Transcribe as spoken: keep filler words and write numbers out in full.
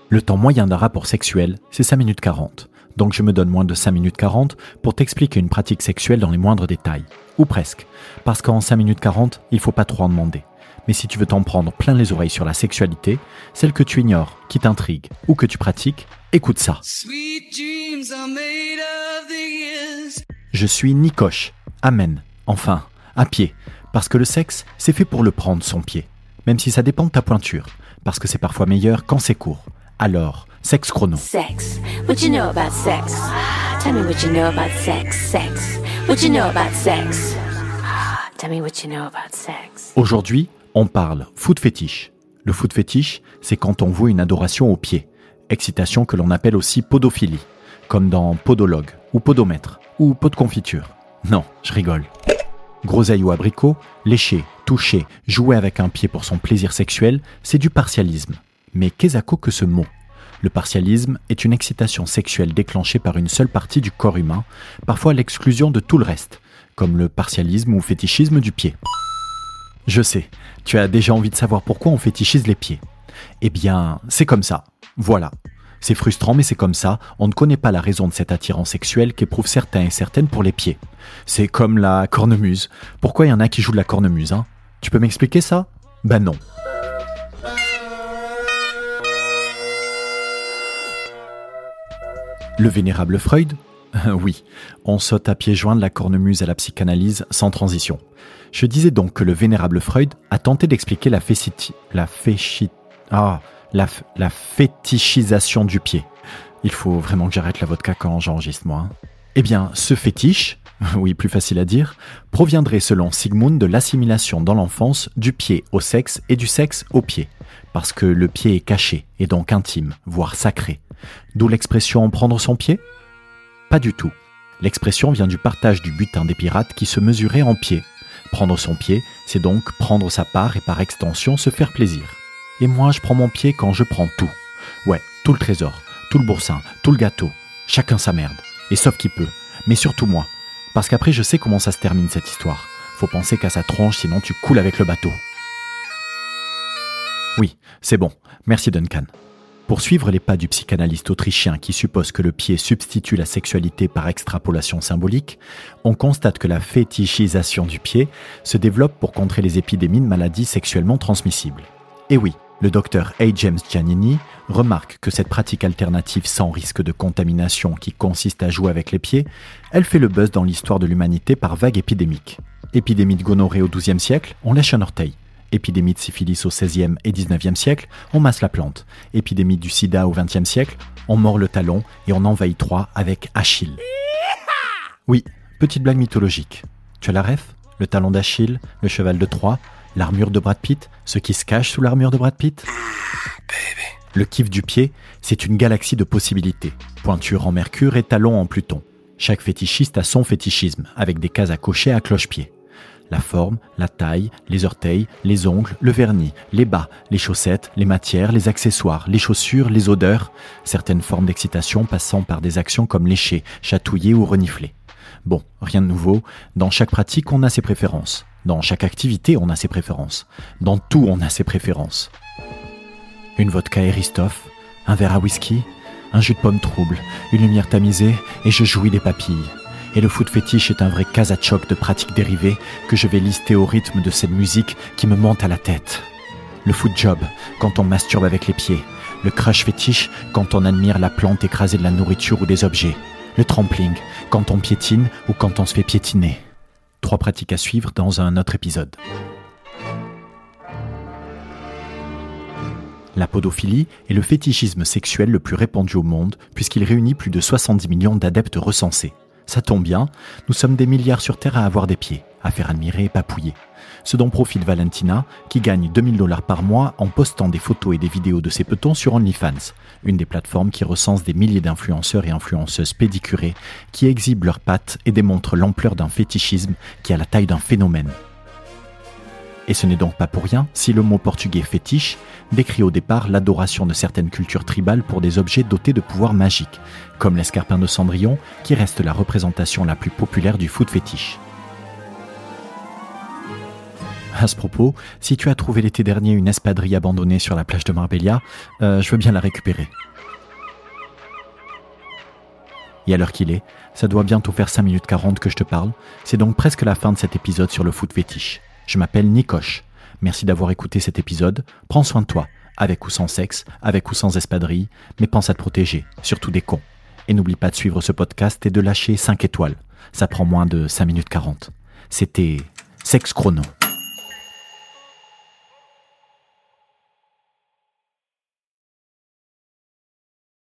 Le temps moyen d'un rapport sexuel, c'est cinq minutes quarante. Donc je me donne moins de cinq minutes quarante pour t'expliquer une pratique sexuelle dans les moindres détails. Ou presque. Parce qu'en cinq minutes quarante, il faut pas trop en demander. Mais si tu veux t'en prendre plein les oreilles sur la sexualité, celle que tu ignores, qui t'intrigue ou que tu pratiques, écoute ça. Je suis Nicoche. Amen. Enfin, à pied. Parce que le sexe, c'est fait pour le prendre son pied. Même si ça dépend de ta pointure. Parce que c'est parfois meilleur quand c'est court. Alors, sexe chrono. Sex. What you know about sex? Tell me what you know about sex. Sex. What you know about sex? Tell me what you know about sex. Aujourd'hui, on parle foot fétiche. Le foot fétiche, c'est quand on voue une adoration aux pieds. Excitation que l'on appelle aussi podophilie. Comme dans podologue, ou podomètre, ou pot de confiture. Non, je rigole. Groseille ou abricot, lécher, toucher, jouer avec un pied pour son plaisir sexuel, c'est du partialisme. Mais qu'est-ce que ce mot ? Le partialisme est une excitation sexuelle déclenchée par une seule partie du corps humain, parfois à l'exclusion de tout le reste, comme le partialisme ou fétichisme du pied. Je sais, tu as déjà envie de savoir pourquoi on fétichise les pieds. Eh bien, c'est comme ça. Voilà. C'est frustrant, mais c'est comme ça. On ne connaît pas la raison de cette attirance sexuelle qu'éprouvent certains et certaines pour les pieds. C'est comme la cornemuse. Pourquoi il y en a qui jouent de la cornemuse, hein ? Tu peux m'expliquer ça ? Ben non. Le vénérable Freud ? Oui, on saute à pieds joints de la cornemuse à la psychanalyse sans transition. Je disais donc que le vénérable Freud a tenté d'expliquer la féciti... la féchi... Ah, la, f... la fétichisation du pied. Il faut vraiment que j'arrête la vodka quand j'enregistre, moi. Hein. Eh bien, ce fétiche, oui, plus facile à dire, proviendrait selon Sigmund de l'assimilation dans l'enfance du pied au sexe et du sexe au pied. Parce que le pied est caché et donc intime, voire sacré. D'où l'expression « prendre son pied » ? Pas du tout. L'expression vient du partage du butin des pirates qui se mesurait en pieds. Prendre son pied, c'est donc prendre sa part et par extension se faire plaisir. Et moi, je prends mon pied quand je prends tout. Ouais, tout le trésor, tout le boursin, tout le gâteau. Chacun sa merde. Et sauf qui peut. Mais surtout moi. Parce qu'après, je sais comment ça se termine cette histoire. Faut penser qu'à sa tronche, sinon tu coules avec le bateau. Oui, c'est bon. Merci Duncan. Pour suivre les pas du psychanalyste autrichien qui suppose que le pied substitue la sexualité par extrapolation symbolique, on constate que la fétichisation du pied se développe pour contrer les épidémies de maladies sexuellement transmissibles. Et oui, le docteur A. James Giannini remarque que cette pratique alternative sans risque de contamination qui consiste à jouer avec les pieds, elle fait le buzz dans l'histoire de l'humanité par vagues épidémiques. Épidémie de gonorrhée au douzième siècle, on lèche un orteil. Épidémie de syphilis au seizième et dix-neuvième siècle, on masse la plante. Épidémie du sida au vingtième siècle, on mord le talon et on envahit Troie avec Achille. Oui, petite blague mythologique. Tu as la ref ? Le talon d'Achille, le cheval de Troie, l'armure de Brad Pitt, ce qui se cache sous l'armure de Brad Pitt ? Le kiff du pied, c'est une galaxie de possibilités. Pointure en Mercure et talon en Pluton. Chaque fétichiste a son fétichisme, avec des cases à cocher à cloche-pied. La forme, la taille, les orteils, les ongles, le vernis, les bas, les chaussettes, les matières, les accessoires, les chaussures, les odeurs, certaines formes d'excitation passant par des actions comme lécher, chatouiller ou renifler. Bon, rien de nouveau, dans chaque pratique on a ses préférences, dans chaque activité on a ses préférences, dans tout on a ses préférences. Une vodka Eristoff, un verre à whisky, un jus de pomme trouble, une lumière tamisée et je jouis des papilles. Et le foot fétiche est un vrai casachoc de pratiques dérivées que je vais lister au rythme de cette musique qui me monte à la tête. Le foot job, quand on masturbe avec les pieds. Le crush fétiche, quand on admire la plante écrasée de la nourriture ou des objets. Le trampling, quand on piétine ou quand on se fait piétiner. Trois pratiques à suivre dans un autre épisode. La podophilie est le fétichisme sexuel le plus répandu au monde puisqu'il réunit plus de soixante-dix millions d'adeptes recensés. Ça tombe bien, nous sommes des milliards sur Terre à avoir des pieds, à faire admirer et papouiller. Ce dont profite Valentina, qui gagne deux mille dollars par mois en postant des photos et des vidéos de ses petons sur OnlyFans, une des plateformes qui recense des milliers d'influenceurs et influenceuses pédicurés qui exhibent leurs pattes et démontrent l'ampleur d'un fétichisme qui a la taille d'un phénomène. Et ce n'est donc pas pour rien si le mot portugais fétiche décrit au départ l'adoration de certaines cultures tribales pour des objets dotés de pouvoirs magiques, comme l'escarpin de Cendrillon qui reste la représentation la plus populaire du foot fétiche. À ce propos, si tu as trouvé l'été dernier une espadrille abandonnée sur la plage de Marbella, euh, je veux bien la récupérer. Et à l'heure qu'il est, ça doit bientôt faire cinq minutes quarante que je te parle. C'est donc presque la fin de cet épisode sur le foot fétiche. Je m'appelle Nikoche. Merci d'avoir écouté cet épisode. Prends soin de toi, avec ou sans sexe, avec ou sans espadrille, mais pense à te protéger, surtout des cons. Et n'oublie pas de suivre ce podcast et de lâcher cinq étoiles. Ça prend moins de cinq minutes quarante. C'était Sex Chrono.